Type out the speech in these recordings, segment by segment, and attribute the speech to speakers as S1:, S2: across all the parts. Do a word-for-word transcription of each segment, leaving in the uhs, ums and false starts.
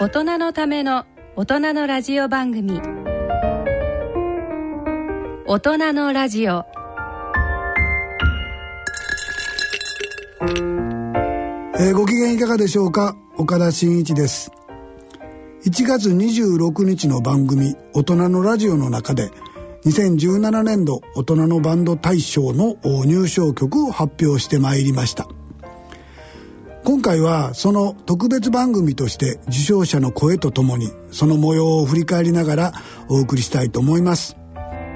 S1: 大人のための大人のラジオ番組、大人のラジオ。
S2: えー、ご機嫌いかがでしょうか。岡田真一です。いちがつにじゅうろくにちの番組大人のラジオの中でにせんじゅうななねんど大人のバンド大賞の入賞曲を発表してまいりました。今回はその特別番組として受賞者の声とともにその模様を振り返りながらお送りしたいと思います。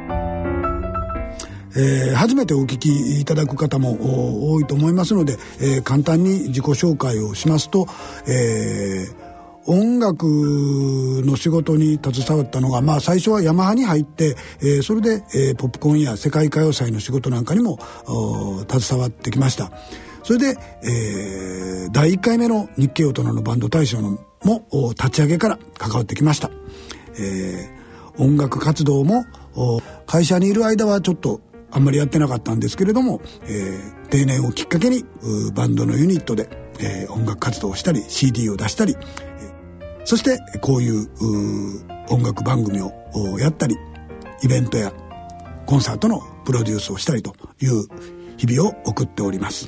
S2: えー、初めてお聞きいただく方も多いと思いますので、えー、簡単に自己紹介をしますと、えー、音楽の仕事に携わったのが、まあ、最初はヤマハに入って、えー、それで、えー、ポップコーンや世界歌謡祭の仕事なんかにも携わってきました。それで、えー、だいいっかいめの日系大人のバンド大賞のも立ち上げから関わってきました。えー、音楽活動も会社にいる間はちょっとあんまりやってなかったんですけれども、えー、定年をきっかけにバンドのユニットで、えー、音楽活動をしたり シーディー を出したり、えー、そしてこういう、う音楽番組をやったりイベントやコンサートのプロデュースをしたりという日々を送っております。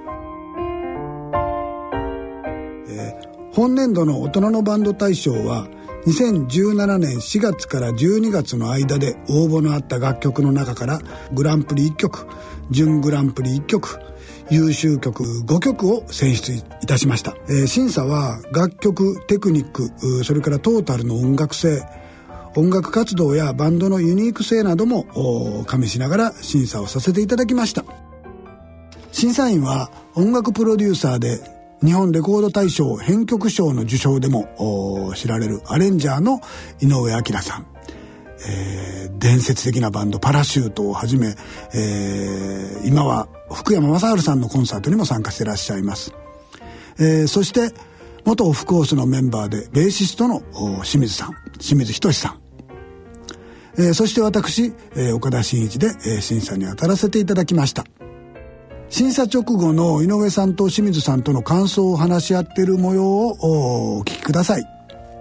S2: えー、本年度の大人のバンド大賞はにせんじゅうななねんしがつからじゅうにがつの間で応募のあった楽曲の中からグランプリいっきょく、準グランプリいっきょく、優秀曲ごきょくを選出いたしました。えー、審査は楽曲、テクニック、それからトータルの音楽性、音楽活動やバンドのユニーク性なども加味しながら審査をさせていただきました。審査員は音楽プロデューサーで日本レコード大賞編曲賞の受賞でも知られるアレンジャーの井上彰さん、えー、伝説的なバンドパラシュートをはじめ、えー、今は福山雅治さんのコンサートにも参加していらっしゃいます。えー、そして元オフコースのメンバーでベーシストの清水さん、清水仁さん、えー、そして私、えー、岡田真一で、えー、審査に当たらせていただきました。審査直後の井上さんと清水さんとの感想を話し合っている模様をお聞きください。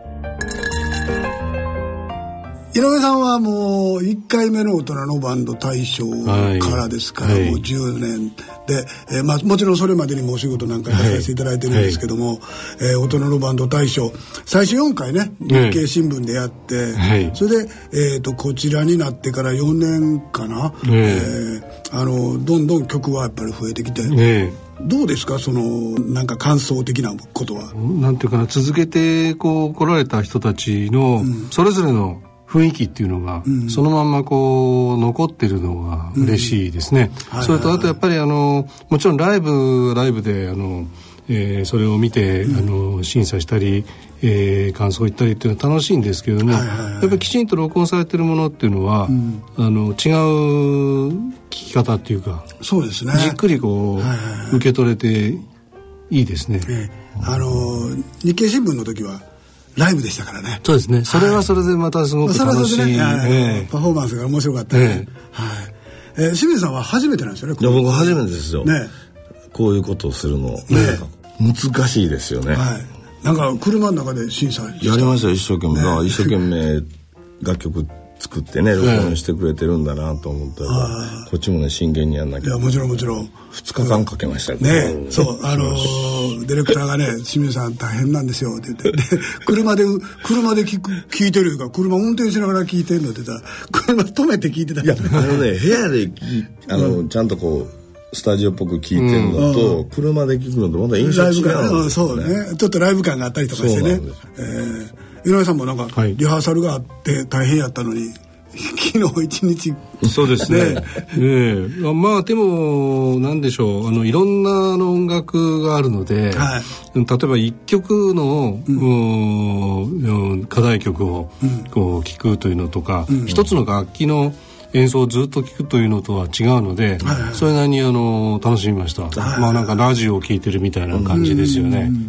S2: 井上さんはもういっかいめの大人のバンド大賞からですから、はい、もうじゅうねんで、えーまあ、もちろんそれまでにもお仕事なんかやらせていただいてるんですけども、はいはい、えー、大人のバンド大賞最初よんかいね日経新聞でやって、はい、それで、えー、とこちらになってからよねんかな、はい、えー、あのどんどん曲はやっぱり増えてきて、はい、どうですか、そのなんか感想的なことは。
S3: なんていうかな、続けてこう来られた人たちのそれぞれの雰囲気っていうのが、うん、そのまんまこう残ってるのが嬉しいですね、うん、それとあとやっぱりあのもちろんライブライブであの、えー、それを見て、うん、あの審査したり、えー、感想を言ったりっていうのは楽しいんですけれども、はいはいはい、やっぱりきちんと録音されてるものっていうのは、うん、あの違う聞き方っていうか、
S2: そうですね、
S3: じっくりこう、はいはいはい、受け取れていいですね、
S2: えー、あの日経新聞の時はライブでしたからね。
S3: そうですね。それはそれでまたすごく楽しい、
S2: ね、えー、パフォーマンスが面白かったね。えーはいえー、清水さんは初めてなんですよね。
S4: いや僕初めてですよ。ね、こういうことをするの、ね、難しいですよね。はい。
S2: なんか車の中で審査
S4: やりましたよ一生懸命。ね、一生懸命楽曲作ってね録音してくれてるんだなと思ったら、ね、こっちもね真剣にやんなきゃ。
S2: いやもちろんもちろん
S4: ふつかかんかけました
S2: ね。ね、そうあのー、ディレクターがね清水さん大変なんですよって言ってで車で車で聞く聞いてるか車運転しながら聞いてるのって言ったら車止めて聞いてた。
S4: いやあのね部屋であの、うん、ちゃんとこうスタジオっぽく聞いてるのと、うん、車で聞くのとまた印象違うんですよね。ライブ感、うん、そうね、ちょっとライブ感があったりとかしてね。そうなんです、えー、井上さんもなんか、はい、リハーサルがあって大変やったのに昨日一日
S3: そうですね。ねえまあでもなんでしょう、あのいろんなの音楽があるので、はい、例えば一曲の、うん、課題曲をこう聴くというのとか、うん、一つの楽器の演奏をずっと聴くというのとは違うので、はいはい、それなりにあの楽しみました、はいはい、まあなんかラジオを聴いてるみたいな感じですよね、うん、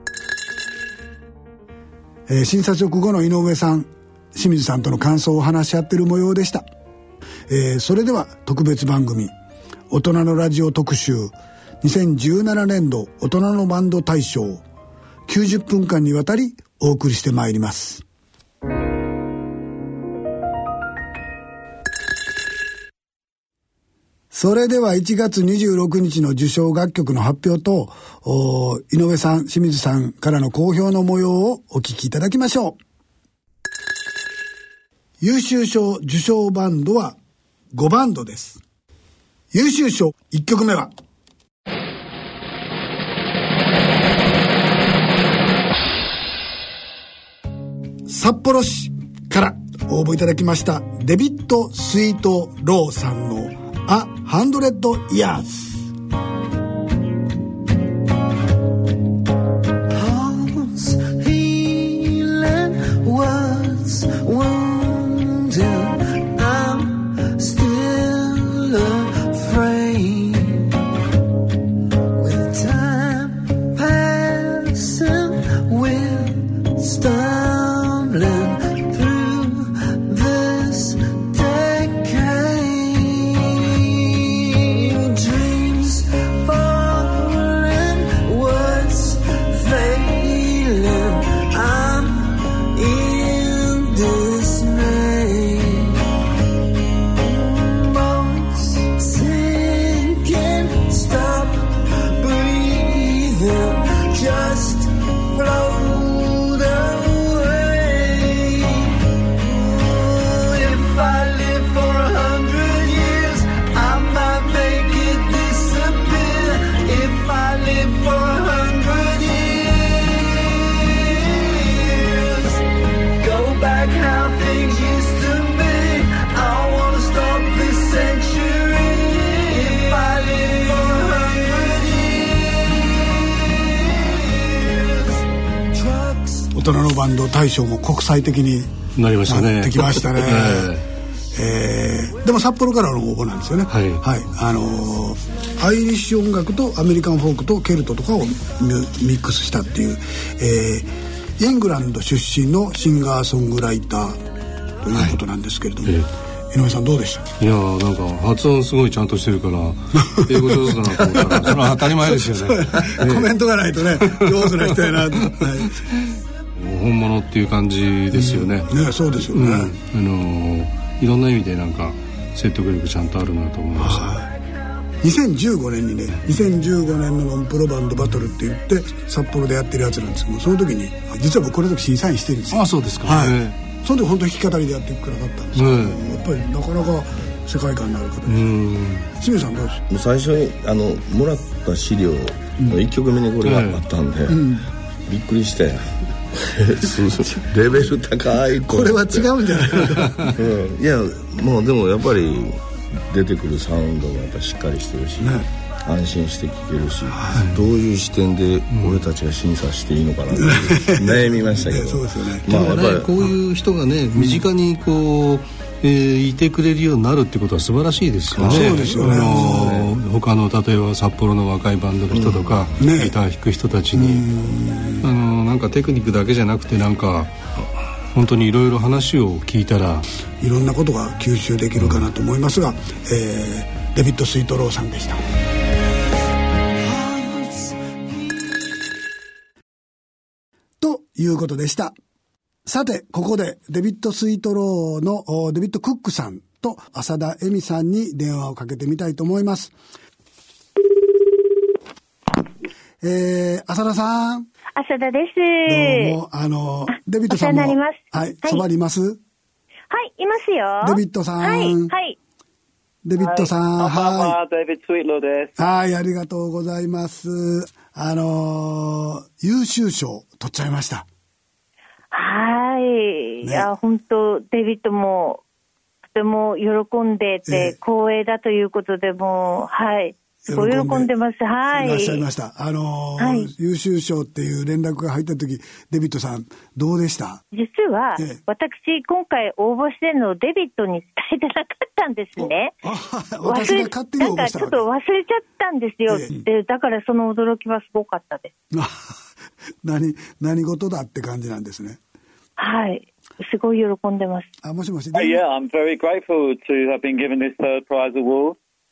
S2: えー、審査直後の井上さん清水さんとの感想を話し合っている模様でした、えー、それでは特別番組大人のラジオ特集にせんじゅうななねんど大人のバンド大賞きゅうじゅっぷんかんにわたりお送りしてまいります。それではいちがつにじゅうろくにちの受賞楽曲の発表と井上さん、清水さんからの好評の模様をお聞きいただきましょう。優秀賞受賞バンドはごバンドです。優秀賞いっきょくめは札幌市から応募いただきましたデビッド・スイート・ローさんのA Hundred Years。大人のバンド大賞も国際的になりましたね。なってきましたね。えー、でも札幌からの応募なんですよね。はい、はい、あのー、アイリッシュ音楽とアメリカンフォークとケルトとかをミックスしたっていう、えー、イングランド出身のシンガーソングライターということなんですけれども、はい、えー、井上さんどうでした？
S3: いやー、なんか発音すごいちゃんとしてるから英語上手だなと思ったらそれは当たり前ですよね。
S2: コメントがないとね上手な人やなと、はい、
S3: 本物っていう感じですよね。
S2: うん、ね、そうですよね。うん、あの
S3: ー、いろんな意味でなんか説得力ちゃんとあるなと思いました。はい、
S2: にせんじゅうごねんにね、にせんじゅうごねんのノンプロバンドバトルって言って札幌でやってるやつなんですけど、その時に実は僕この時審査員してるんですよ。
S3: あ、そうですか。
S2: はい。
S3: ね、
S2: その時本当に弾き語りでやってくださったんですけど、ね、やっぱりなかなか世界観のある方です。清水さんどうです？
S4: 最初にあのもらった資料のいっきょくめにこれがあったんで、うん、びっくりしてレベル高い
S2: これは違うんじゃないか、
S4: うん、いやもうでもやっぱり出てくるサウンドがやっぱりしっかりしてるし、ね、安心して聴けるし、はい、どういう視点で俺たちが審査していいのかなって悩みましたけど、
S2: そうですよね。
S3: まあ、やっぱりこういう人がね、身近にこう、えー、いてくれるようになるってことは素晴らしいですよね。
S2: そうですよね。あの
S3: ー、他の例えば札幌の若いバンドの人とか、うんね、ギター弾く人たちに、あのー、なんかテクニックだけじゃなくてなんか本当にいろいろ話を聞いたら
S2: いろんなことが吸収できるかなと思いますが、うん、えー、デビッド・スイートローさんでした。ということでした。さてここでデビッド・スイートローのデビッド・クックさんと浅田恵美さんに電話をかけてみたいと思います。えー、浅田さん。
S5: 浅田です。
S2: どうも、あのデビッドさんも、はい、そばにいます？はい、
S5: いますよ。
S2: デビッドさん。はい、はい。デビッドさん、
S6: はい。はい、デビッド・スイートローです。
S2: はい、ありがとうございます。あのー、優秀賞取っちゃいました。
S5: はい、ね、いや本当デビッドもとても喜んでて、えー、光栄だということでもうはいすごい喜んでます。はい。
S2: いらっしゃいました。あのーはい、優秀賞っていう連絡が入った時デビッドさんどうでした？
S5: 実は、ええ、私今回応募してるのをデビッドに伝えてなかったんですね。
S2: 私が勝手に応募したわけ。
S5: なんかちょっと忘れちゃったんですよ。ええ、でだからその驚きはすごかったです。
S2: 何何事だって感じなんですね。
S5: はい。すごい喜んでます。
S2: あ、もしもし。
S6: Uh, yeah, I'm very grateful to have been given this third prize award.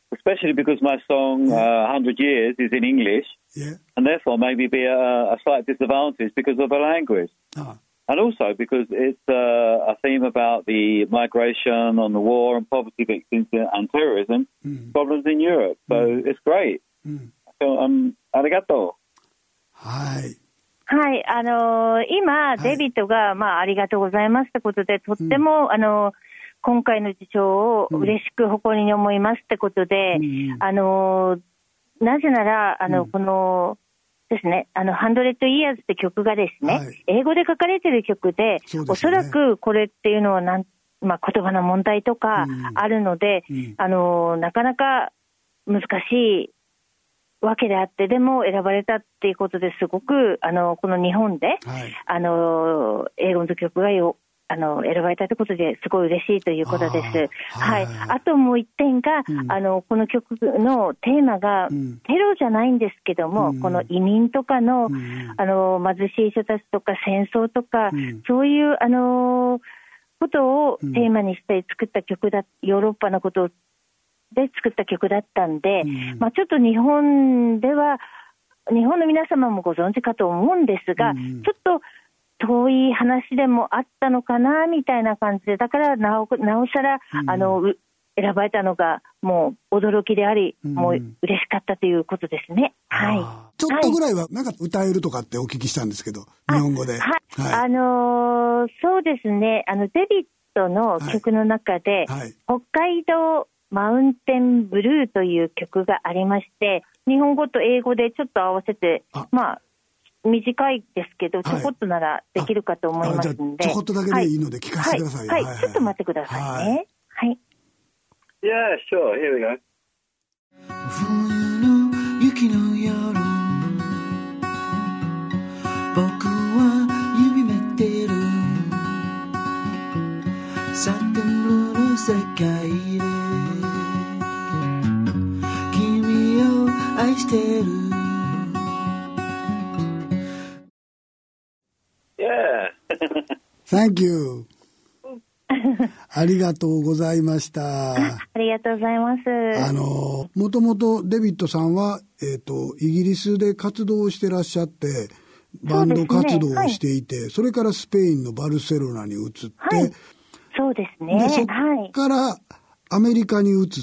S6: especially because my song uh, one hundred years is in English,
S2: yeah.
S6: and therefore maybe be a, a slight disadvantage because of the language.
S2: Ah.
S6: And also because it's uh, a theme about the migration on the war and poverty victims and terrorism mm. problems in Europe. So mm. it's great. Mm. So, um, ありがと
S2: う。はい。
S5: はい、あのー、今、はい、デビットが、まあ、ありがとうございますってことで、とっても、うん、あのー、今回の受賞を嬉しく誇りに思いますってことで、うん、あのー、なぜなら、あの、うん、この、ですね、あの、ハンドレッドイヤーズって曲がですね、はい、英語で書かれている曲で、でね、おそらくこれっていうのはなん、まあ、言葉の問題とかあるので、うんうん、あの、なかなか難しいわけであって、でも選ばれたっていうことですごく、あの、この日本で、はい、あの、英語の曲がよ、あの、選ばれたということですごい嬉しいということです。はい。あともう一点が、うん、あの、この曲のテーマが、うん、テロじゃないんですけども、うん、この移民とかの、うん、あの、貧しい人たちとか戦争とか、うん、そういう、あの、ことをテーマにして作った曲だ、ヨーロッパのことをで作った曲だったんで、うん、まあちょっと日本では、日本の皆様もご存知かと思うんですが、うん、ちょっと、遠い話でもあったのかなみたいな感じで、だからなお、なおさら、うん、あの選ばれたのがもう驚きであり、うん、もう嬉しかったということですね。はい。
S2: ちょっとぐらいはなんか歌えるとかってお聞きしたんですけど、日本語で。
S5: はい。はい、あのー、そうですね。あのデビットの曲の中で、はいはい、北海道マウンテンブルーという曲がありまして、日本語と英語でちょっと合わせて、まあ。短いですけど、ちょこっとならできるかと思いますんで。
S2: ちょこっとだけでいいので聞かせてください。
S5: はい、はいはい、ちょっと待ってくださいね。はい。
S6: Yeah, sure. Here we go.
S7: 冬の雪の夜、僕は夢見てる。サテンブルーの世界で、君を愛してる。
S2: Thank you. ありがとうございました。
S5: ありがとうございます。
S2: あの、もともとデビッドさんは、えっと、イギリスで活動してらっしゃって、バンド活動をしていて、そ, ねはい、それからスペインのバルセロナに移って、はい、
S5: そうですね。
S2: で、そこからアメリカに移って、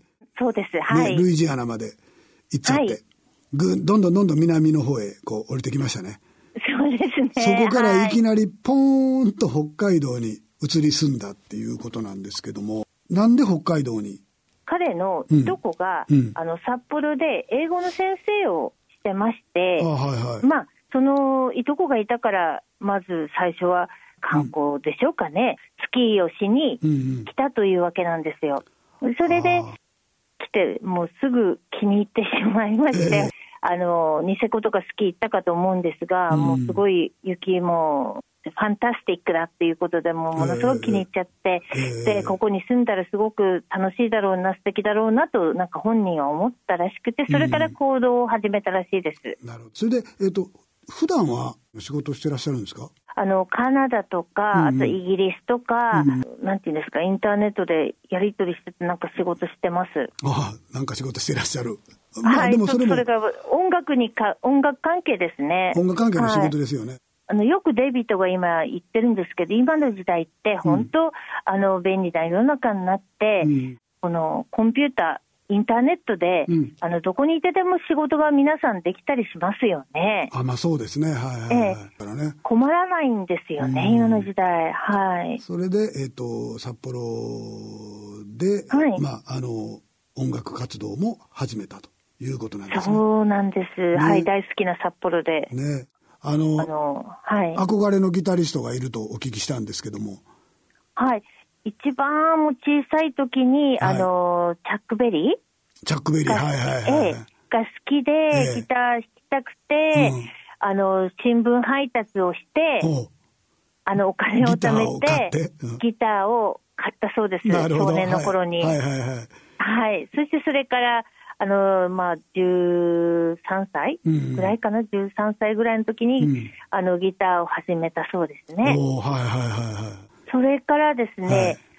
S5: そうです、はい。
S2: ね、ルイジアナまで行っちゃって、はい、ぐどんどんどんどん南の方へこう降りてきましたね。
S5: そうですね。
S2: そこからいきなりポーンと北海道に移り住んだっていうことなんですけども、なんで北海道に？
S5: 彼のいとこが、うん、あの札幌で英語の先生をしてまして、あ、はいはい、まあそのいとこがいたからまず最初は観光でしょうかね、うん、スキーをしに来たというわけなんですよ。それで来てもうすぐ気に入ってしまいまして。えーあの、ニセコとかスキー行ったかと思うんですが、うん、もうすごい雪もファンタスティックだっていうことでもうものすごく気に入っちゃって、えー、で、ここに住んだらすごく楽しいだろうな、素敵だろうなと、なんか本人は思ったらしくて、それから行動を始めたらしいです。
S2: うん、なるほど。それで、えっと、普段は仕事してらっしゃるんですか？
S5: あの、カナダとか、あとイギリスとか、うんうん、なんていうんですか、インターネットでやり取りしててなんか仕事してます。
S2: ああ、なんか仕事してらっしゃる。
S5: まあ、はい、でもそれもそれが音楽にか、音楽関係ですね。
S2: 音楽関係の仕事ですよね。はい、
S5: あの、よくデイビッドが今言ってるんですけど、今の時代って本当、うん、あの、便利な世の中になって、うん、このコンピューター、インターネットで、うん、あの、どこにいてでも仕事が皆さんできたりしますよね。
S2: あ、まあそうですね。はいはいはい。ええ、からね、
S5: 困らないんですよね、今の時代。はい。
S2: それで、えっと、札幌で、はい、まあ、あの、音楽活動も始めたということなんですね。
S5: そうなんです。ね、はい、大好きな札幌で。
S2: ね。あの、あの、はい。憧れのギタリストがいるとお聞きしたんですけども。
S5: はい。一番も小さい時に、はい、あの、チャックベリー
S2: チャックベリー、はいはいはい、
S5: はい。が好きで、えー、ギター弾きたくて、うん、あの、新聞配達をして、あの、お金を貯めて、ギターを、うん、ギターを買ったそうです。少年の頃に。はいはいはい。はい。そしてそれから、あの、まあ、じゅうさんさいぐらいかな、うん、じゅうさんさいぐらいの時に、うん、あの、ギターを始めたそうですね。おー、はいはいはいはい。それからですね、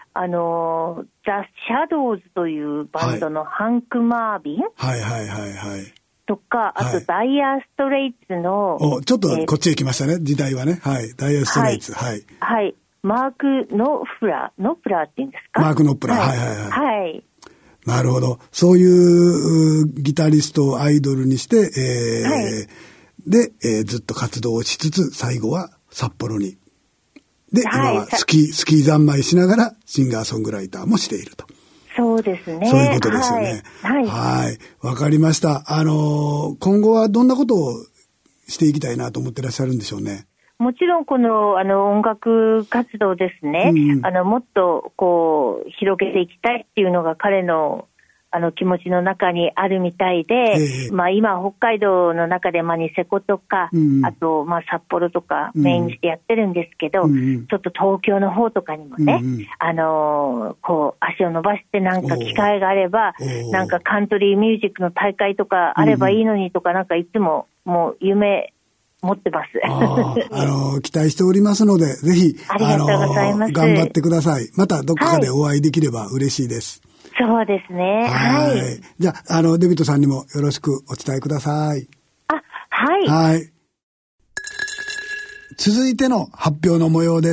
S5: あのザ・シャドウズというバンドのハンク・マービン、
S2: はいはいはいはい
S5: とか、あと、はい、ダイヤーストレイツの
S2: おちょっとこっちへ来ましたね、えー、時代はね、はい、ダイヤーストレイツ、はい、
S5: はいはい、マーク・ノプラノプラっていうんですか、
S2: マーク・ノプラ、はいはいはい、
S5: はい、
S2: なるほど、そういうギタリストをアイドルにして、えーはい、で、えー、ずっと活動をしつつ最後は札幌にで、はい、今はスキースキー三昧しながらシンガーソングライターもしていると。
S5: そうですね。
S2: そういうことですよね。はい。はい。わかりました。あのー、今後はどんなことをしていきたいなと思ってらっしゃるんでしょうね。
S5: もちろんこの、あの、音楽活動ですね。うん、あの、もっと、こう、広げていきたいっていうのが彼の、あの、気持ちの中にあるみたいで、ええ、まあ今、北海道の中で、まあニセコとか、うん、あと、まあ札幌とかメインにしてやってるんですけど、うん、ちょっと東京の方とかにもね、うん、あのー、こう、足を伸ばしてなんか機会があれば、なんかカントリーミュージックの大会とかあればいいのにとか、なんかいつももう夢、持ってます。
S2: あ, あの期待しておりますので、ぜひ
S5: ありがとうございます。
S2: 頑張ってください。またどこかでお会いできれば嬉しいです。
S5: はい、そうですね。はい。はい、
S2: じゃあ、あのデビットさんにもよろしくお伝えください。
S5: あ、はい。
S2: はい。続いての発表の模様です。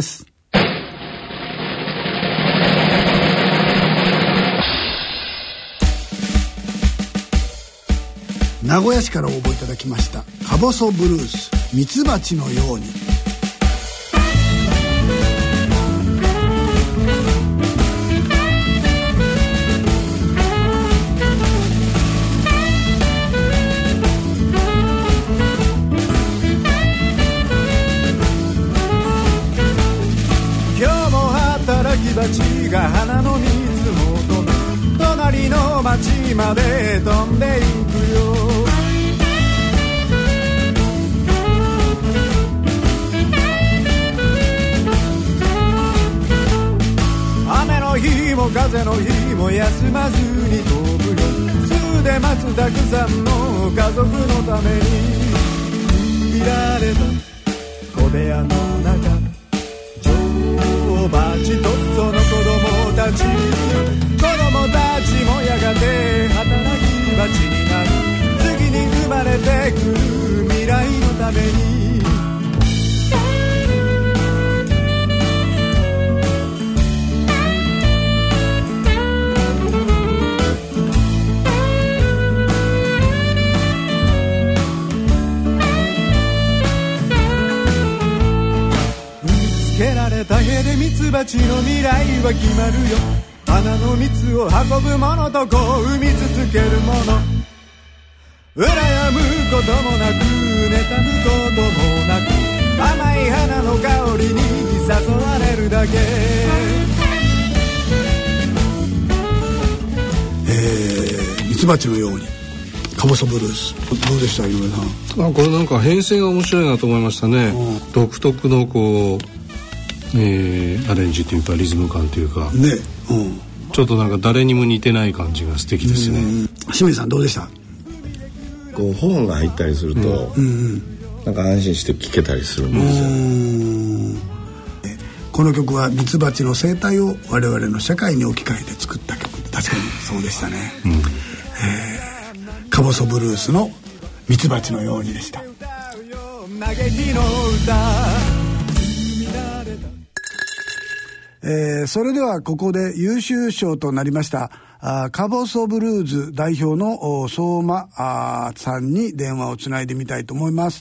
S2: 名古屋市から応募いただきましたかぼそブルース、ミツバチのように。
S8: 今日も働き蜂が花の蜜求め、隣の町まで飛んで行くよ。雨の日も風の日も休まずに飛ぶよ。巣で待つたくさんの家族のために見られた小部屋の中、女王蜂とその子供たち、子供たちもやがて働き蜂になる。次に生まれてくる未来のために。つけられた絵でミツバチの未来は決まるよ。花の蜜を運ぶものとこう生み続けるもの。羨むこともなく妬むこともなく、甘い花の香りに誘われるだけ。
S2: えー、ミツバチのようにかぼそブルース、どうでした井上さん。
S3: あ、これなんか編成が面白いなと思いましたね。独特のこう、えー、アレンジというかリズム感というかね、うん、ちょっとなんか誰にも似てない感じが素敵ですね。
S2: 清水さんどうでした。
S4: こう本が入ったりすると、うん、なんか安心して聴けたりするんですよ。
S2: この曲はミツバチの生態を我々の社会に置き換えて作った曲。確かにそうでしたね、うん、えー、かぼそブルースのミツバチのようにでした。えー、それではここで優秀賞となりましたあかぼそブルーズ代表の相馬あさんに電話をつないでみたいと思います。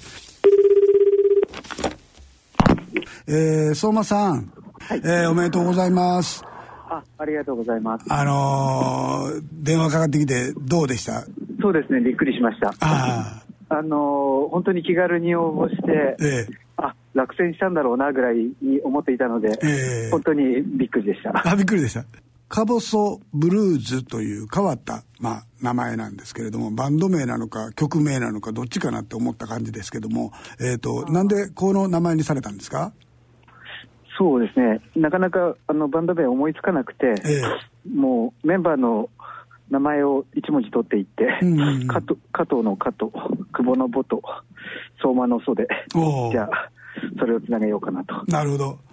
S2: えー、相馬さん、はい、えー、おめでとうございます。
S9: あ、ありがとうございます。
S2: あのー、電話かかってきてどうでした。
S9: そうですね、びっくりしました。ああのー、本当に気軽に応募して、ええ、あ、落選したんだろうなぐらいに思っていたので、えー、本当にびっくりでした。
S2: あ、びっくりでした。かぼそブルーズという変わった、まあ、名前なんですけれども、バンド名なのか曲名なのかどっちかなって思った感じですけども、えーと、なんでこの名前にされたんですか。
S9: そうですね、なかなかあのバンド名思いつかなくて、えー、もうメンバーの名前を一文字取っていって、うんうんうん、加藤、加藤の加藤、久保の母と相馬の祖で、じゃあそれをつなげようかなと。
S2: なるほど。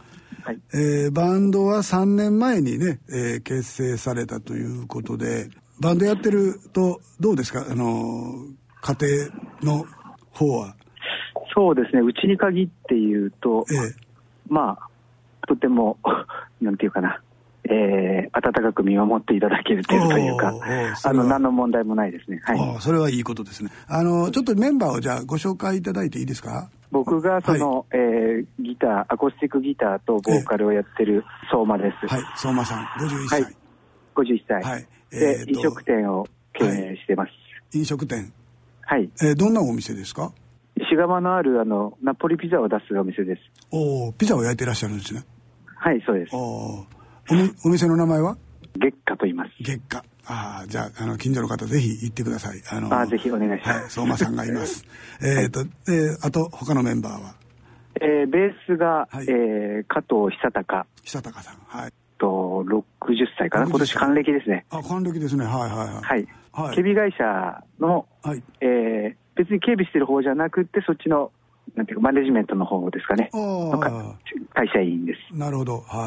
S2: はい、えー、バンドはさんねんまえにね、えー、結成されたということで、バンドやってるとどうですか、あの家庭の方は。
S9: そうですね、うちに限って言うと、
S2: ええ、
S9: まあとてもなんていうかな、えー、温かく見守っていただけるというか、あの何の問題もないですね。はい。
S2: それはいいことですね。あのちょっとメンバーをじゃあご紹介いただいていいですか。
S9: 僕がその、はい、えー、ギターアコースティックギターとボーカルをやってる相馬です。
S2: はい、相馬さんごじゅういっさい。はい、
S9: ごじゅういっさい。
S2: はい。
S9: で、飲食店を経営してます。はい、
S2: 飲食店。
S9: はい。
S2: えー、どんなお店ですか。
S9: 石窯のあるあのナポリピザを出すお店です。
S2: おお、ピザを焼いていらっしゃるんですね。
S9: はい、そうです。
S2: おお、お店の名前は
S9: 月下と言います。
S2: 月下。ああ、じゃあ、あの近所の方ぜひ行ってください。
S9: あのあぜひお願いします。
S2: はい、相馬さんがいます。えっと、えー、あと他のメンバーは。
S9: えー、ベースが、はい、えー、加藤久隆。
S2: 久隆さん。はい。
S9: とろくじゅっさいかな。今年還暦ですね。
S2: あ、還暦ですね。はいはいはい。
S9: はい。はい、警備会社の、はい、えー、別に警備してる方じゃなくて、そっちのなんていうかマネジメントの方ですかね。のか会社員です。
S2: なるほど。はいはい。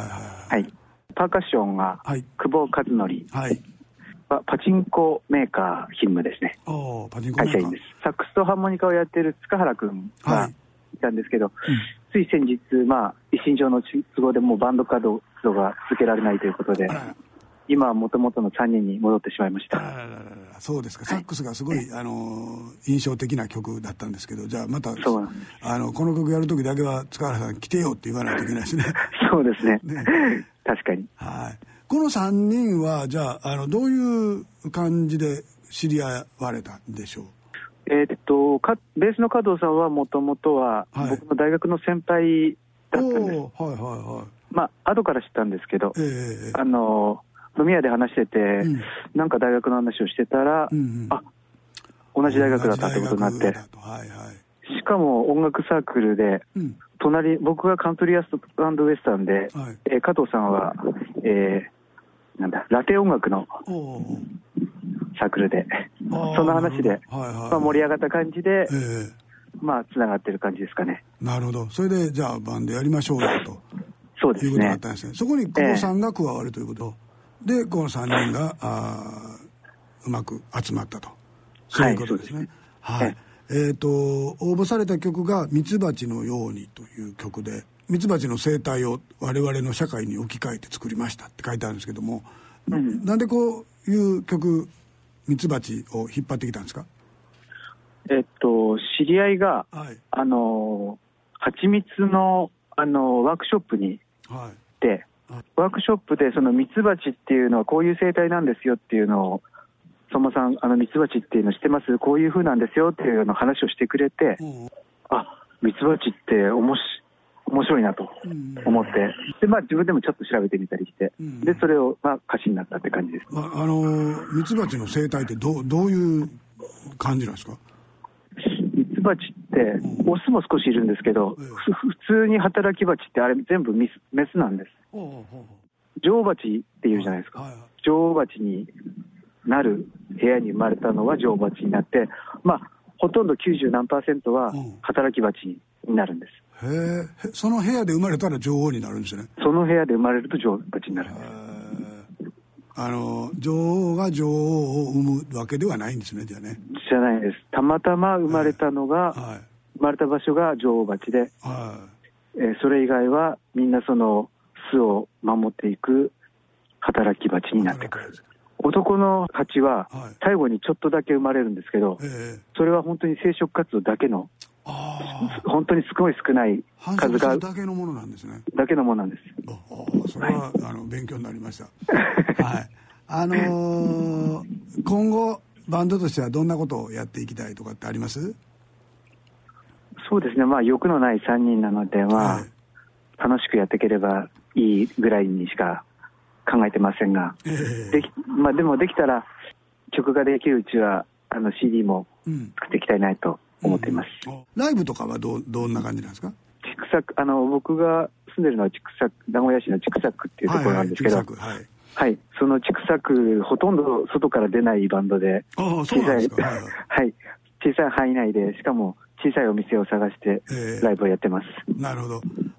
S9: はい。パーカッションが久保和則。はい。パチンコメーカー勤務ですね。
S2: おパチンコメーカー。
S9: 会社員です。サックスとハーモニカをやってる塚原くんがいたんですけど、はい、うん、つい先日、まあ、一身上の都合でもうバンド活動が続けられないということで、今はもともとのさんにんに戻ってしまいました。
S2: あらららら、そうですか。サックスがすごい、はい、あの印象的な曲だったんですけど、じゃあまたあのこの曲やるときだけは塚原さん来てよって言わないといけないですね。
S9: そうですね。ね、確かに。
S2: はい。このさんにんはじゃあ、あのどういう感じで知り合われたんでしょう。
S9: えー、っとかベースの加藤さんはもともとは僕の大学の先輩だったんです。はい、はいはいはい。まあ後から知ったんですけど、えー、あの飲み屋で話してて、うん、なんか大学の話をしてたら、うんうん、あ同じ大学だったってことになって、はいはい、しかも音楽サークルで、うん、隣僕がカントリーアスト&ウエスタンで、はい、えー、加藤さんは、えー、なんだラテ音楽のサークルでその話で、はいはい、まあ、盛り上がった感じで、えー、まあつながってる感じですかね。
S2: なるほど。それでじゃあバンドやりましょうよと
S9: そうですね、
S2: いうことがあったんですね。そこに久保さんが加わるということ、えー、でこのさんにんがあうまく集まったと、そういうことですね。はい、はい、えーと応募された曲が「ミツバチのように」という曲で、ミツバチの生態を我々の社会に置き換えて作りましたって書いてあるんですけども、うん、なんでこういう曲ミツバチを引っ張ってきたんですか。
S9: えっと知り合いが、はい、あの蜂蜜のあのワークショップに行って、はい、ワークショップでそのミツバチっていうのはこういう生態なんですよっていうのを、相馬さんあのミツバチっていうの知ってます、こういう風なんですよっていうの話をしてくれて、うん、あミツバチっておもし面白いなと思って、で、まあ、自分でもちょっと調べてみたりして、うん、でそれを、まあ、歌詞になったって感じです。
S2: まあ、あのミツバチの生態ってどう、どういう感じなんですか。
S9: ミツバチってオスも少しいるんですけど、うん、普通に働きバチってあれ全部メス、メスなんです。女王バチっていうじゃないですか、はいはい、女王バチになる部屋に生まれたのは女王バチになって、まあ、ほとんどきゅうじゅうなんパーセントは働きバチになるんです。
S2: へえ、その部屋で生まれたら女王になるんですね。
S9: その部屋で生まれると女王バチになるんです。
S2: あの女王が女王を産むわけではないんですね。じゃあね。
S9: じゃないです。たまたま生まれたのが、はいはい、生まれた場所が女王バチで、はい、えー、それ以外はみんなその巣を守っていく働きバチになってくる。男の蜂は最後にちょっとだけ生まれるんですけど、はい、それは本当に生殖活動だけの、あ本当にすごい少ない数が
S2: だけのものなんですね。
S9: だけのものなんです。
S2: あそれは、はい、あの勉強になりました。はい。あのー、今後バンドとしてはどんなことをやっていきたいとかってあります？
S9: そうですね。まあ欲のないさんにんなので、まあ、はい、楽しくやっていければいいぐらいにしか考えてませんが、えー、できまあでもできたら曲ができるうちはあの シーディー も作っていきたいなと思っています。
S2: うんうん、ライブとかはどうどんな感じなんですか？
S9: 千種区、あの僕が住んでるのは千種名古屋市の千種区っていうところなんですけど、はいはい、はいはい、その千種区ほとんど外から出ないバンドで、小さい、はい、はい、小さい範囲内でしかも小さいお店を探してライブをやってます。
S2: えー、なるほど。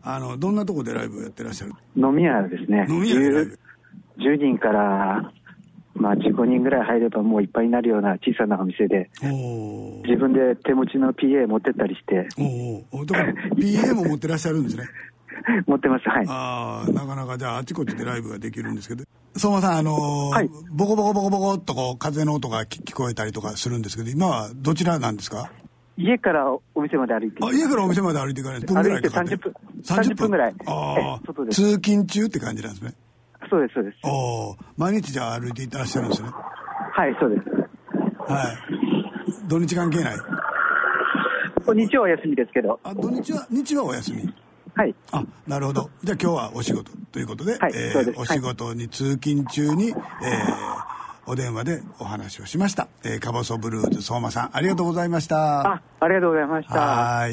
S2: あのどんなところでライブをやってらっしゃる？
S9: 飲み屋ですね。
S2: 飲み屋でライブ。
S9: じゅうにんからまあじゅうごにんぐらい入ればもういっぱいになるような小さなお店で、
S2: お
S9: 自分で手持ちの ピーエー 持ってったりして。
S2: おお、だから ピーエー も持ってらっしゃるんですね。
S9: 持ってます、はい。
S2: ああ、なかなかじゃああちこちでライブができるんですけど、相馬さん、あのー
S9: はい、
S2: ボコボコボコボコっとこう風の音が聞こえたりとかするんですけど、今はどちらなんですか？
S9: 家からお店まで歩いて。
S2: あ、家からお店まで歩いていかないと
S9: 歩いてさんじゅっぷん。さんじゅっぷんぐらい。
S2: ああ、通勤中って感じなんですね。
S9: そうです、そうです。
S2: おお、毎日じゃあ歩いていってらっしゃるんですね。
S9: はい、そうです。
S2: はい。土日関係ない？
S9: 日曜は休みですけど。
S2: あ、土日は、日はお休み。
S9: はい。
S2: あ、なるほど。じゃあ今日はお仕事ということで、
S9: はい、
S2: えー、
S9: そうです。
S2: お仕事に通勤中に、えー、お電話でお話をしました。えー、カボソブルーズ相馬さん、ありがとうございました。
S9: あ、ありがとうございました。
S2: はい。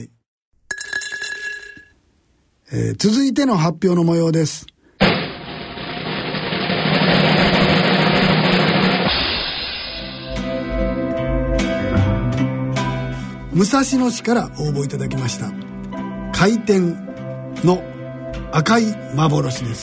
S2: えー、続いての発表の模様です。武蔵野市から応募いただきました開店の赤い幻です。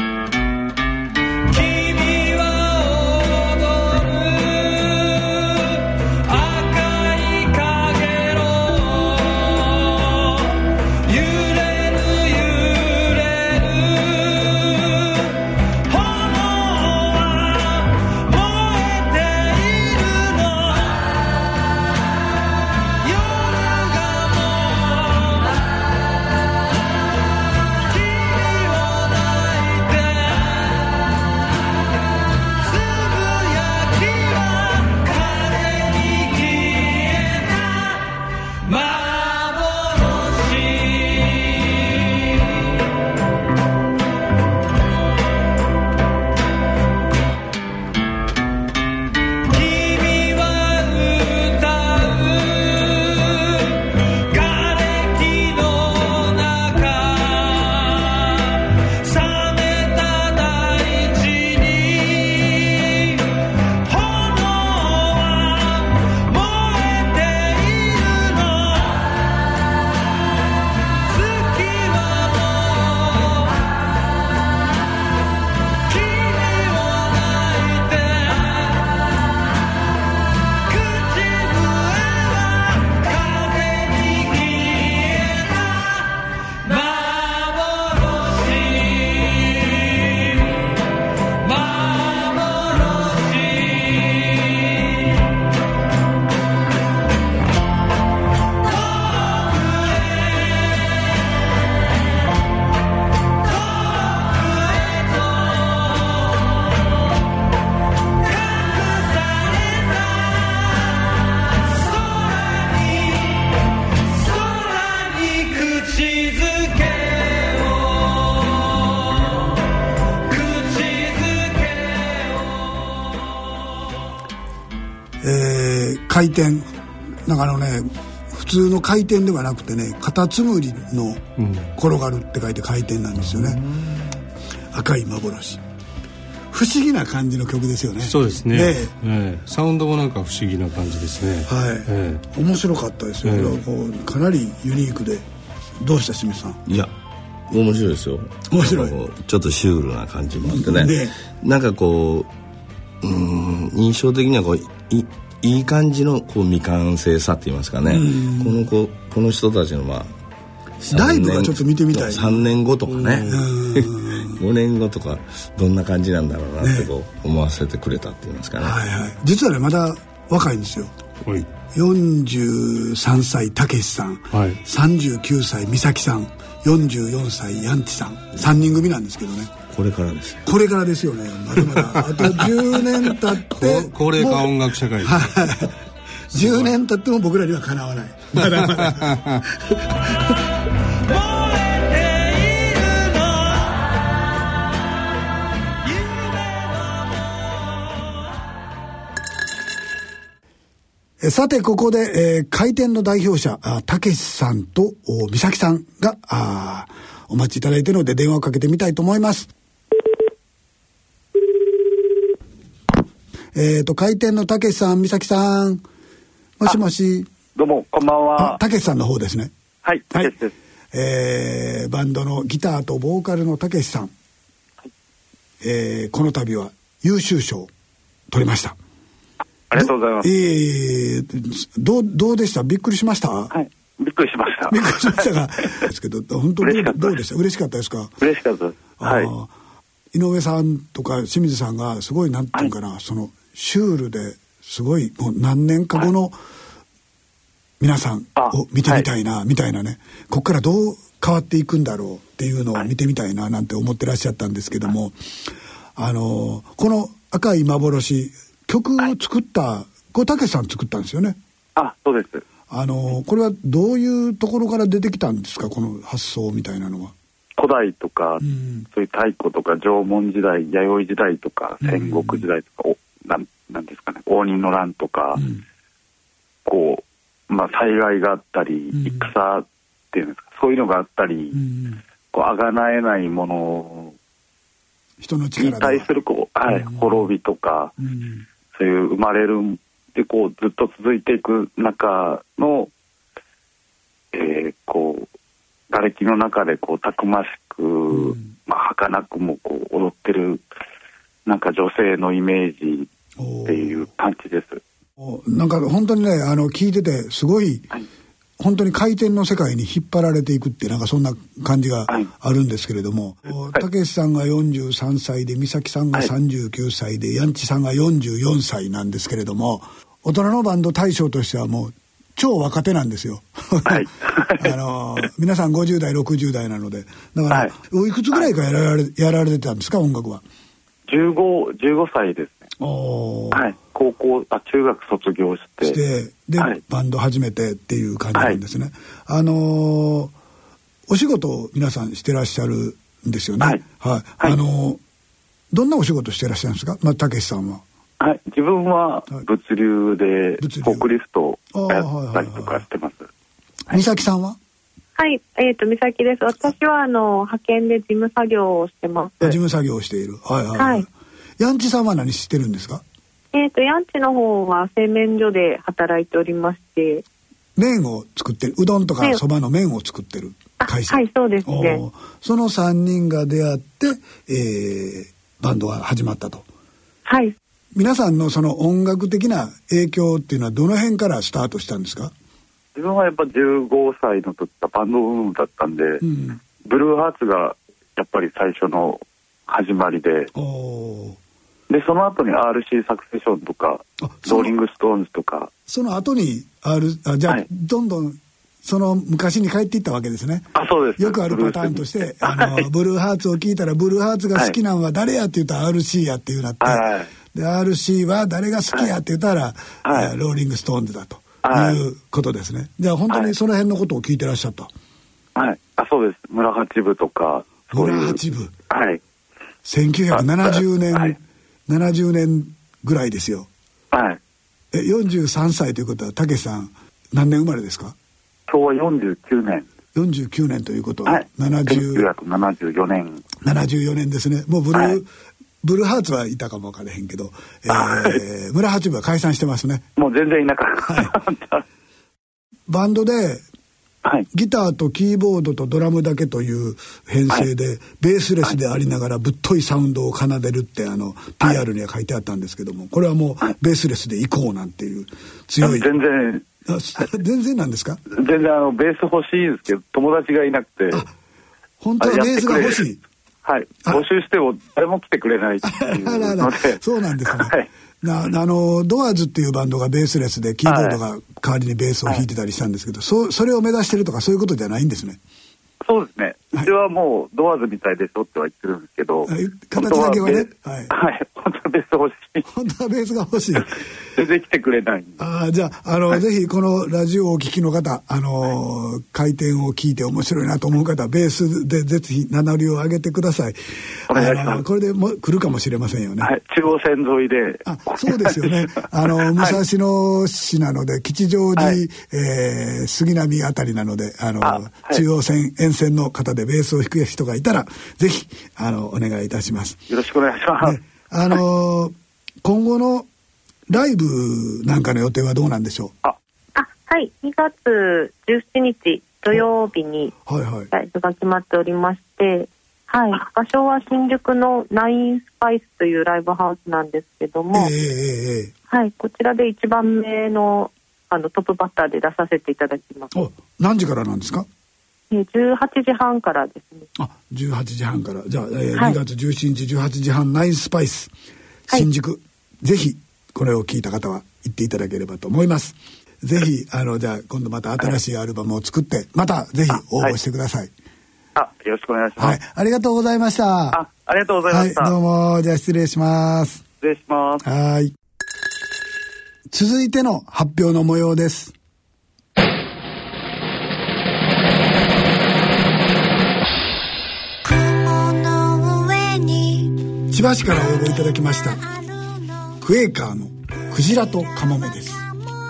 S2: 回転なんかあのね普通の回転ではなくてねカタツムリの転がるって書いて回転なんですよね、うん、赤い幻不思議な感じの曲ですよね。
S3: そうですね、ねえー、サウンドもなんか不思議な感じですね。
S2: はい、えー、面白かったですよ、えー、こうかなりユニークで。どうした清水さん。
S4: いや面白いですよ。
S2: 面白い。
S4: ちょっとシュールな感じもあってね、ねなんかこう、うーん印象的にはこういいい感じのこう未完成さって言いますかね、この子この人たちのまあ
S2: ライブがちょっと見てみたい。
S4: さんねんごとかねごねんごとかどんな感じなんだろうなってこう思わせてくれたって言いますかね、
S2: はいはい、実はねまだ若いんですよ。
S3: はい
S2: よんじゅうさんさいたけしさん、はい、さんじゅうきゅうさいみさきさん、よんじゅうよんさいやんちさん、さんにん組なんですけどね。
S4: これからです。
S2: これからですよね。まだまだあとじゅうねん経って
S3: 高齢化音楽社会です、
S2: はい、じゅうねん経っても僕らにはかなわない。まだまださてここで、えー、開店の代表者たけしさんと美咲さんがあお待ちいただいているので電話をかけてみたいと思います。えっと開店のたけしさん美咲さんもしもし。
S10: どうもこんばんは。
S2: たけしさんの方ですね。
S10: はいたけしです。
S2: えー、バンドのギターとボーカルのたけしさん、はい、えー、この度は優秀賞を取りました。
S10: ありがとうございます。
S2: えー、どうどうでした？びっくりしました？
S10: はい、びっくりしました。
S2: びっくりしましたがですけど本当にどうでした？嬉しかったですか？
S10: 嬉しかったです。はい。
S2: 井上さんとか清水さんがすごいなんていうかな、はい、そのシュールですごいもう何年か後の皆さんを見てみたいな、はい、みたいなね、ここからどう変わっていくんだろうっていうのを見てみたいななんて思ってらっしゃったんですけども、はい、あのこの赤い幻曲を作った、はい、これたけしさん作ったんですよね。
S10: あ、そうです。
S2: あのこれはどういうところから出てきたんですか、この発想みたいなのは。
S10: 古代とか、うん、そういう太古とか縄文時代、弥生時代とか戦国時代とか、うん、おなんなんですかね、応仁の乱とか、うん、こう、まあ、災害があったり、うん、戦っていうんですか、そういうのがあったり、うん、こうあがなえないもの
S2: 人の力
S10: に対するこう、はい、うん、滅びとか、うん、そういう生まれるでこうずっと続いていく中の、えー、こう瓦礫の中でこうたくましく、うん、まあ儚くもこう踊ってるなんか女性のイメージっていう感じです。
S2: なんか本当にね、あの聞いててすごい、はい、本当に回転の世界に引っ張られていくってなんかそんな感じがあるんですけれども、たけしさんがよんじゅうさんさいで美咲さんがさんじゅうきゅうさいで、はい、やんちさんがよんじゅうよんさいなんですけれども、大人のバンド大賞としてはもう超若手なんですよ。はい、あの皆さんごじゅうだいろくじゅうだいなので、だから、はい、おいくつぐらいからやられ、やられてたんですか、音楽は。
S10: じゅうご、じゅうごさいですね。
S2: お、
S10: はい、高校あ中学卒業して
S2: してで、はい、バンド始めてっていう感じなんですね。はい、あのー、お仕事を皆さんしてらっしゃるんですよね。はい、はい、あのー、どんなお仕事してらっしゃるんですか、まあ、たけしさんは。
S10: はい、自分は物流でフォークリフトをやったりとかしてます。
S2: 美咲さんは？
S11: はい、えっと美咲です。私はあの派遣で事務作業をしてます。
S2: 事務作業をしている。はいはい、はい。やんちさんは何してるんですか？
S11: えっとやんちの方は製麺所で働いておりまして、
S2: 麺を作ってる、うどんとかそばの麺を作ってる会社。
S11: はい、そうですね。
S2: そのさんにんが出会って、えー、バンドが始まったと。
S11: はい。
S2: 皆さんのその音楽的な影響っていうのはどの辺からスタートしたんですか？
S10: 自分はやっぱじゅうごさいの時はバンドブームだったんで、うん、ブルーハーツがやっぱり最初の始まりで、おでその後に アールシー サクセションとかローリングストーンズとか、
S2: その後に R あじゃあ、はい、どんどんその昔に帰っていったわけですね。
S10: あ、そうです。
S2: よくあるパターンとしてあの、はい、ブルーハーツを聞いたらブルーハーツが好きなのは誰やって言ったら アールシー やっていうなって、はい、で アールシー は誰が好きやって言ったら、はい、ローリングストーンズだということですね。はい、じゃあ本当にその辺のことを聞いてらっしゃった。
S10: はい、あ、そうです。村八部とかそういう
S2: 村八部、
S10: はい、
S2: せんきゅうひゃくななじゅうねん、はい、ななじゅうねんぐらいですよ。
S10: はい。
S2: えよんじゅうさんさいということはたけしさん何年生まれですか？
S10: 昭和よんじゅうきゅうねん。
S2: よんじゅうきゅうねんということは、はい、
S10: せんきゅうひゃくななじゅうよねん。
S2: ななじゅうよねんですね。もうブルー、はい、ブルーハーツはいたかもわからへんけど、えー、村八部は解散してますね。
S10: もう全然いなかった。はい、
S2: バンドで、はい、ギターとキーボードとドラムだけという編成で、はい、ベースレスでありながらぶっといサウンドを奏でるってあの ピーアール には書いてあったんですけども、これはもうベースレスでいこうなんていう強い。
S10: 全然
S2: 全然なんですか？
S10: 全然あのベース欲しいですけど友達がいなくて。
S2: 本当はベースが欲しい。
S10: はい、募集しても誰も来てくれないっていうので。あらら
S2: そうなんですね。はい、なあのドアーズっていうバンドがベースレスでキーボードが代わりにベースを弾いてたりしたんですけど、はい、そ, それを目指してるとかそういうことじゃないんですね。
S10: そうですね。うちはもうドアーズみたいですよっては言ってるんですけど、
S2: はい、形だけはね、
S10: はい、はい、本当はベース欲しい。
S2: 本当はベースが欲しい。
S10: 全然来てくれない。
S2: ああ、じゃあ、あの、はい、ぜひこのラジオをお聞きの方、あの、はい、回転を聞いて面白いなと思う方、ベースでぜひ名乗りを上げてください。
S10: お願いします。
S2: これでも来るかもしれませんよね。
S10: はい、中央線沿いで。
S2: あ、そうですよね。あの、武蔵野市なので、吉祥寺、はい、えー、杉並あたりなので、あの、あ、はい、中央線沿線の方でベースを弾く人がいたら、ぜひ、あの、お願いいたします。
S10: よろしくお願いします。ね、
S2: あの、はい、今後のライブなんかの予定はどうなんでしょう？
S11: あ、あ、はい、にがつじゅうしちにち土曜日にライブが決まっておりまして、はい、場所は新宿のナインスパイスというライブハウスなんですけども、えーえー、はい、こちらでいちばんめの、あのトップバッターで出させていただきます。
S2: 何時からなんですか？
S11: じゅうはちじはんからですね。
S2: あ、じゅうはちじはんから。じゃあ、えーはい、にがつじゅうしちにちじゅうはちじはんナインスパイス新宿、はい、ぜひこれを聞いた方は行っていただければと思います。ぜひあのじゃあ今度また新しいアルバムを作ってまたぜひ応募してください。
S10: あ、よろしくお願いします。
S2: はい、ありがとうございました。
S10: あ、ありがとうございました。
S2: はい、どうも、じゃあ失礼します。
S10: 失礼します。
S2: はい。続いての発表の模様です。千葉市から応募いただきましたクエーカーのクジラとカモメです。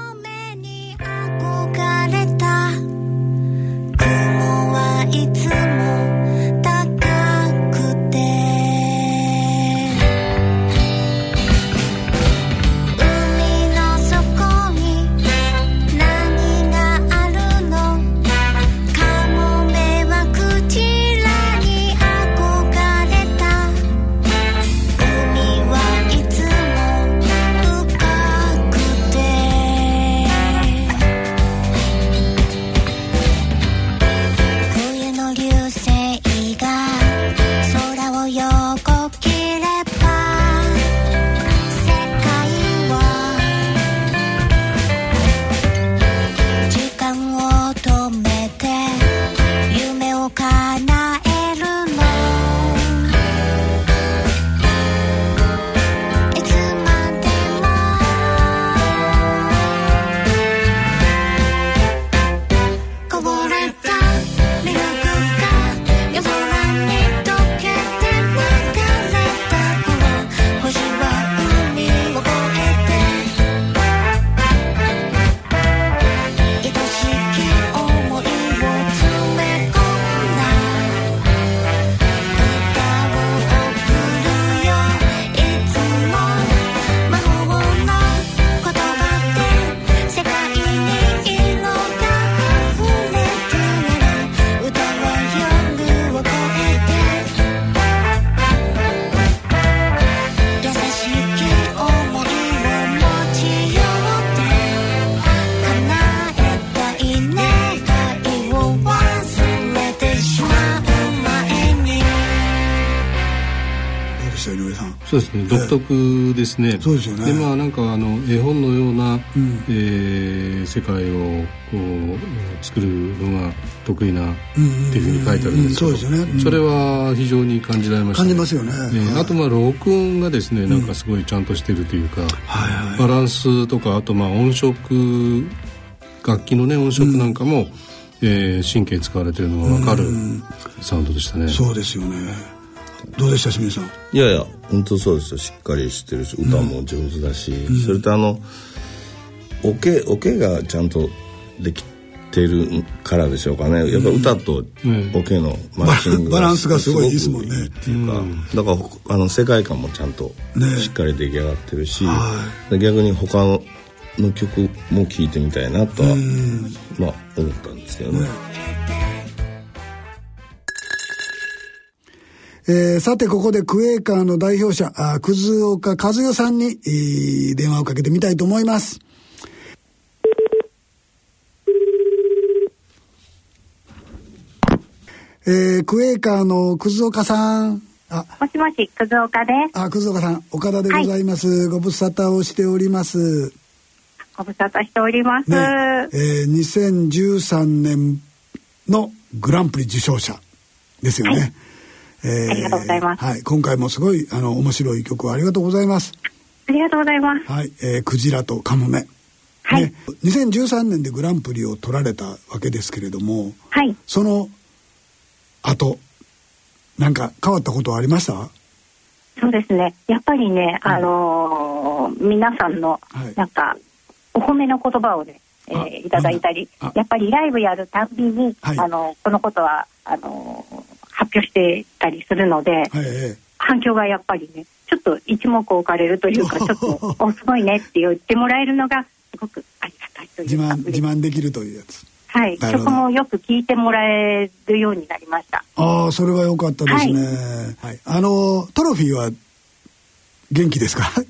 S3: そうですね、独特ですね、えー、
S2: そうですよね。
S3: でまあなんかあの絵本のような、うんえー、世界をこう作るのが得意なっていうふうに書いてあるんですけど、うんうんうん、そうですよね、うん、それは非常に感じられました、ね、
S2: 感じますよね、
S3: えー、あとまあ録音がですねなんかすごいちゃんとしてるというか、うんはいはい、バランスとかあとまあ音色楽器のね音色なんかも、うんえー、神経使われてるのが分かるサウンドでしたね、うん、
S2: そうですよね。どうでした清水さん。
S4: いやいや本当そうですよ。しっかりしてるし歌も上手だし、うん、それとあのオケオケがちゃんとできてるからでしょうかね。やっぱ歌とオケのマッチング
S2: がバランスがすごいいいですもんね
S4: っていうか、うん、だからあの世界観もちゃんとしっかり出来上がってるし、ね、逆に他のの曲も聴いてみたいなとは、うん、まあ思ったんですけどね。ね
S2: えー、さてここでクエーカーの代表者あ葛岡和代さんに、えー、電話をかけてみたいと思います。えー、クエーカーの葛岡さん。
S12: あもしもし葛岡です。
S2: あ葛岡さん岡田でございます、はい、ご無沙汰をしております。
S12: ご無沙汰しております、ね
S2: えー、にせんじゅうさんねんのグランプリ受賞者ですよね、はい
S12: えー、ありがとうございます、
S2: はい、今回もすごいあの面白い曲をありがとうございます。
S12: ありがとうございます、
S2: はいえー、クジラとカモメ、はいね、にせんじゅうさんねんでグランプリを取られたわけですけれども、
S12: はい、
S2: その後なんか変わったことはありました？
S12: そうですねやっぱりね、あのー、皆さんのなんかお褒めの言葉をね、えー、いただいたりやっぱりライブやるたびに、はい、あのこのことはあのー発表してたりするので、はいはい、反響がやっぱりねちょっと一目置かれるというかちょっとおすごいねって言ってもらえるのがすごくありがたいというか
S2: 自慢自慢できるというやつ。
S12: はい、曲もよく聴いてもらえるようになりました。
S2: ああ、それは良かったですね。はいはい、あのトロフィーは元気ですか？はい、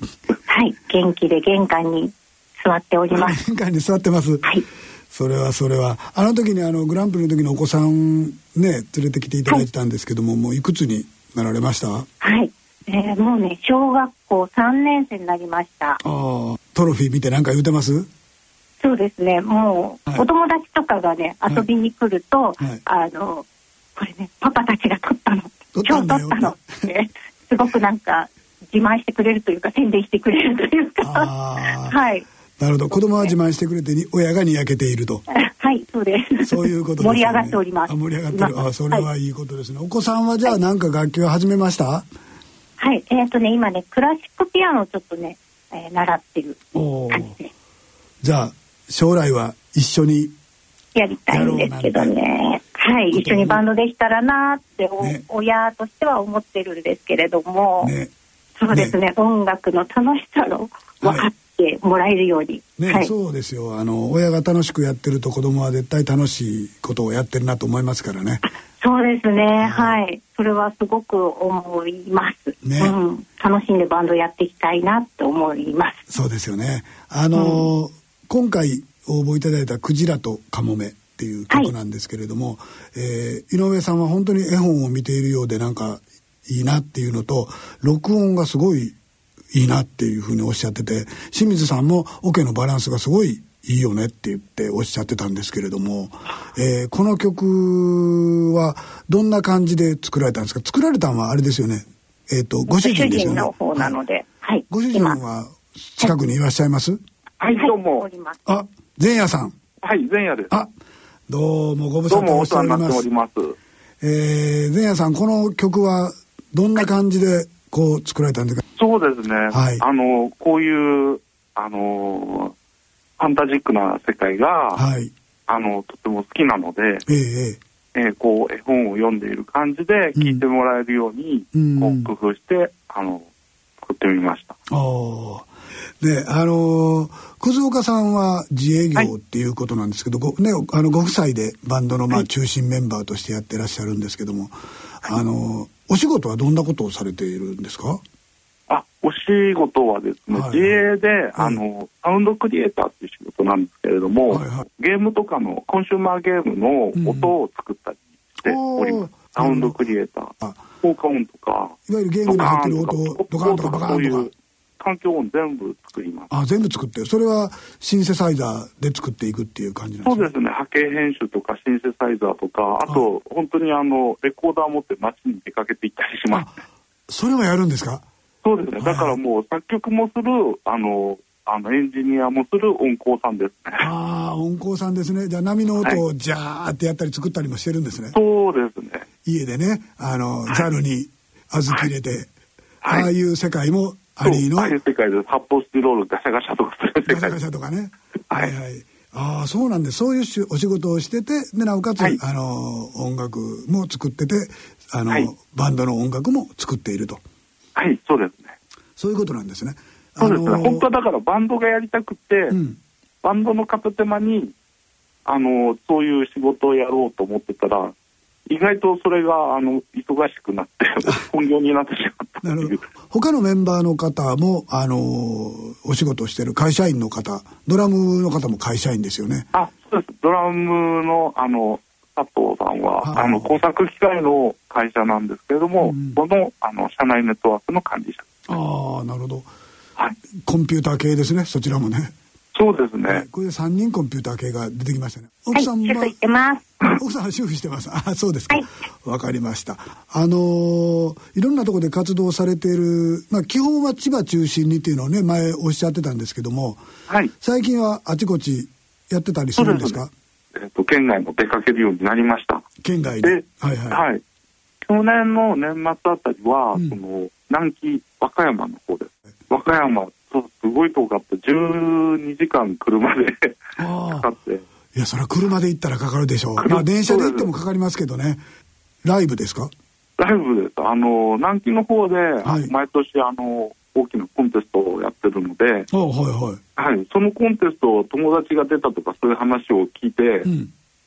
S12: 元気で玄関に座っております。
S2: 玄関に座ってます。はい。それはそれはあの時にあのグランプリの時のお子さんね連れてきていただいてたんですけども、はい、もういくつになられました？
S12: はい、えー、もうね小学校さんねん生になりました。ああ、
S2: トロフィー見て何か言うてます？
S12: そうですね、もう、はい、お友達とかがね遊びに来ると、はいはい、あのこれねパパたちが撮ったの今日撮ったのってすごくなんか自慢してくれるというか宣伝してくれるというかはい、
S2: なるほど、子供は自慢してくれてに親がにやけていると
S12: はいそうです
S2: そういうことですね。
S12: 盛り上がっております。
S2: あ、盛り上がってる。あ、それはいいことですね、はい、お子さんはじゃあ何か楽器を始めました？は
S12: い、はい、えーとね今ねクラシックピアノをちょっとね、えー、習ってる感じです。
S2: じゃあ将来は一緒に
S12: やりたいんですけどね、はい、一緒にバンドできたらなって、ね、親としては思ってるんですけれども、ね、そうですね、ね、音楽の楽しさを分かってもらえるように、
S2: はいね、はい、そうですよ。あの親が楽しくやってると子供は絶対楽しいことをやってるなと思いますからね。
S12: そうですね、はい、はい、それはすごく思います、ね、うん、楽しんでバンドやっていきたいなと思います。
S2: そうですよね。あの、うん、今回応募いただいたクジラとカモメっていう曲なんですけれども、はい、えー、井上さんは本当に絵本を見ているようでなんかいいなっていうのと録音がすごいいいなっていうふうにおっしゃってて、清水さんもオケのバランスがすごいいいよねって言っておっしゃってたんですけれども、えー、この曲はどんな感じで作られたんですか？作られたのはあれですよね、えーと、ご主人ですよね。
S12: ご主人の方なので、はい、
S2: ご主人は近くにいらっしゃいます？
S13: はい、どうも。
S2: あ、前夜さん。
S13: はい、前夜です。
S2: あ、どうもご無沙汰しております。どうもお世話になっております。えー、前夜さん、この曲はどんな感じでこう作られたんですか？
S13: そうですね。はい、あのこういうあのファンタジックな世界が、はい、あのとても好きなので、えーえー、こう絵本を読んでいる感じで聞いてもらえるように、うん、こう工夫してあの作ってみました。
S2: ああ。で、あのー、葛岡さんは自営業っていうことなんですけど、はい、ごね、あのご夫妻でバンドのまあ中心メンバーとしてやってらっしゃるんですけども、はい、あのー、お仕事はどんなことをされているんですか？
S13: あ、お仕事はですね、はいはい、自営で、はい、あのサウンドクリエイターっていう仕事なんですけれども、はいはい、ゲームとかのコンシューマーゲームの音を作ったりしております。うん、サウンドクリエイター、効果音とか、
S2: いわゆるゲームに入ってる音をドカンとかバカンとか。
S13: 環境音全部作ります。
S2: あ、全部作ってる。それはシンセサイザーで作っていくっていう感じなんですか？
S13: そうですね。波形編集とかシンセサイザーとか、あと本当にあのレコーダー持って街に出かけて行ったりします。
S2: それもやるんですか？
S13: そうですね。だからもう作曲もするあのあのエンジニアもする音工さんですね。
S2: ああ、音工さんですね。じゃあ波の音をジャーってやったり作ったりもしてるんですね。はい、
S13: そうですね。
S2: 家でね、あのザルに小豆入れて、はい、ああいう世界もアリーの
S13: ああいう世界で発泡スチロールガシャガシャとかする世界、
S2: ガシャガシャとかね、はいはい、ああそうなんです。そういうお仕事をしてて、でなおかつ、はい、あの音楽も作ってて、あの、はい、バンドの音楽も作っていると。
S13: はい、そうですね。
S2: そういうことなんですね。
S13: そうですね、あのー、本当はだからバンドがやりたくて、うん、バンドの片手間にあのそういう仕事をやろうと思ってたら、意外とそれがあの忙しくなって本業になってしまった
S2: なるほど。他のメンバーの方もあのお仕事をしている会社員の方、ドラムの方も会社員ですよね。
S13: あ、そうです。ドラムのあの佐藤さんはあの工作機械の会社なんですけれども、うん、このあの社内ネットワークの管理者。
S2: ああ、なるほど。
S13: はい。
S2: コンピューター系ですね、そちらもね。
S13: そうですね、はい、
S2: これでさんにんコンピューター系が出てきましたね。
S12: 奥さんは、はい、主婦してます。
S2: 奥さんは主婦してます。あ、そうですか。わ、はい、かりました。あのー、いろんなところで活動されている、まあ基本は千葉中心にっていうのをね前おっしゃってたんですけども、はい、最近はあちこちやってたりするんですか？
S13: えーと、県外も出かけるようになりました。
S2: 県外で、はいはい、
S13: はい。去年の年末あたりは、うん、その南紀和歌山の方です。和歌山すごい遠かったじゅうにじかん車でかかって。
S2: いや、それは車で行ったらかかるでしょう。まあ電車で行ってもかかりますけどね。ライブですか？
S13: ライブです。あの南紀の方で、はい、毎年あの大きなコンテストをやってるので、
S2: はいはい
S13: はい、そのコンテストを友達が出たとかそういう話を聞いて、うん、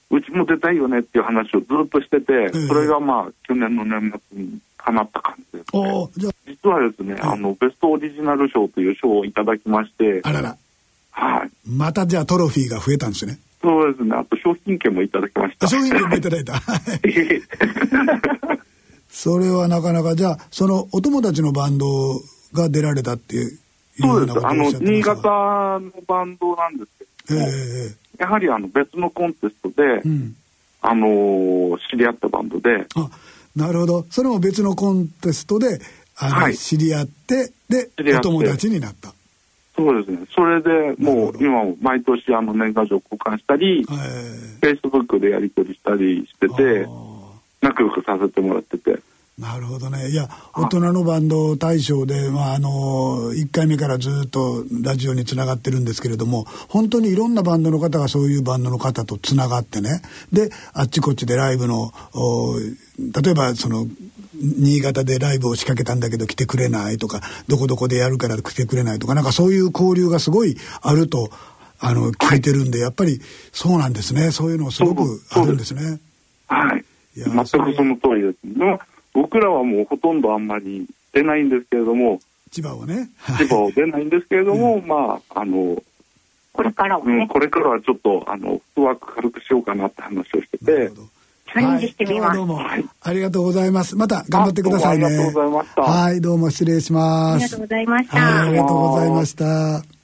S13: うちも出たいよねっていう話をずっとしてて、えー、それがまあ去年の年末に叶った感じですね。じゃ実はですね、はい、あのベストオリジナル賞という賞をいただきまして、
S2: あらら、
S13: はい、
S2: またじゃあトロフィーが増えたんですね。
S13: そうですね。あと商品券もいただきました。
S2: 商品券もいただいた。それはなかなか、じゃあそのお友達のバンドが出られたっていう。
S13: そうです。あの新潟のバンドなんですけども、
S2: えー、
S13: やはりあの別のコンテストで、うん、あのー、知り合ったバンドで。
S2: あ、なるほど。それも別のコンテストであの、はい、知り合ってでお友達になった。
S13: そうですね。それでもう今も毎年あの年賀状交換したり、フェイスブックでやり取りしたりしてて、仲良くさせてもらってて。
S2: なるほどね。いや、大人のバンド大賞で、まあ、あのいっかいめからずっとラジオにつながってるんですけれども、本当にいろんなバンドの方がそういうバンドの方とつながってね、であっちこっちでライブの例えばその新潟でライブを仕掛けたんだけど来てくれないとか、どこどこでやるから来てくれないとか、なんかそういう交流がすごいあるとあの聞いてるんで、やっぱりそうなんですね。そういうのすごくあるんですね。
S13: はい。いや、全くその通りです。でも僕らはもうほとんどあんまり出ないんですけれども、
S2: 千葉をね、
S13: 千葉を出ないんですけれども、うん、まああの
S12: これからはね、
S13: うん、これからはちょっとあのフットワーク軽くしようかなって話をしてて。
S12: チャレンジしてみます。
S2: はい、どうもありがとうございます。また頑張ってくださいね。
S13: ありがとうございました。
S2: はい、どうも失礼します。
S12: ありがとうございました。
S2: はい、ありがとうございました。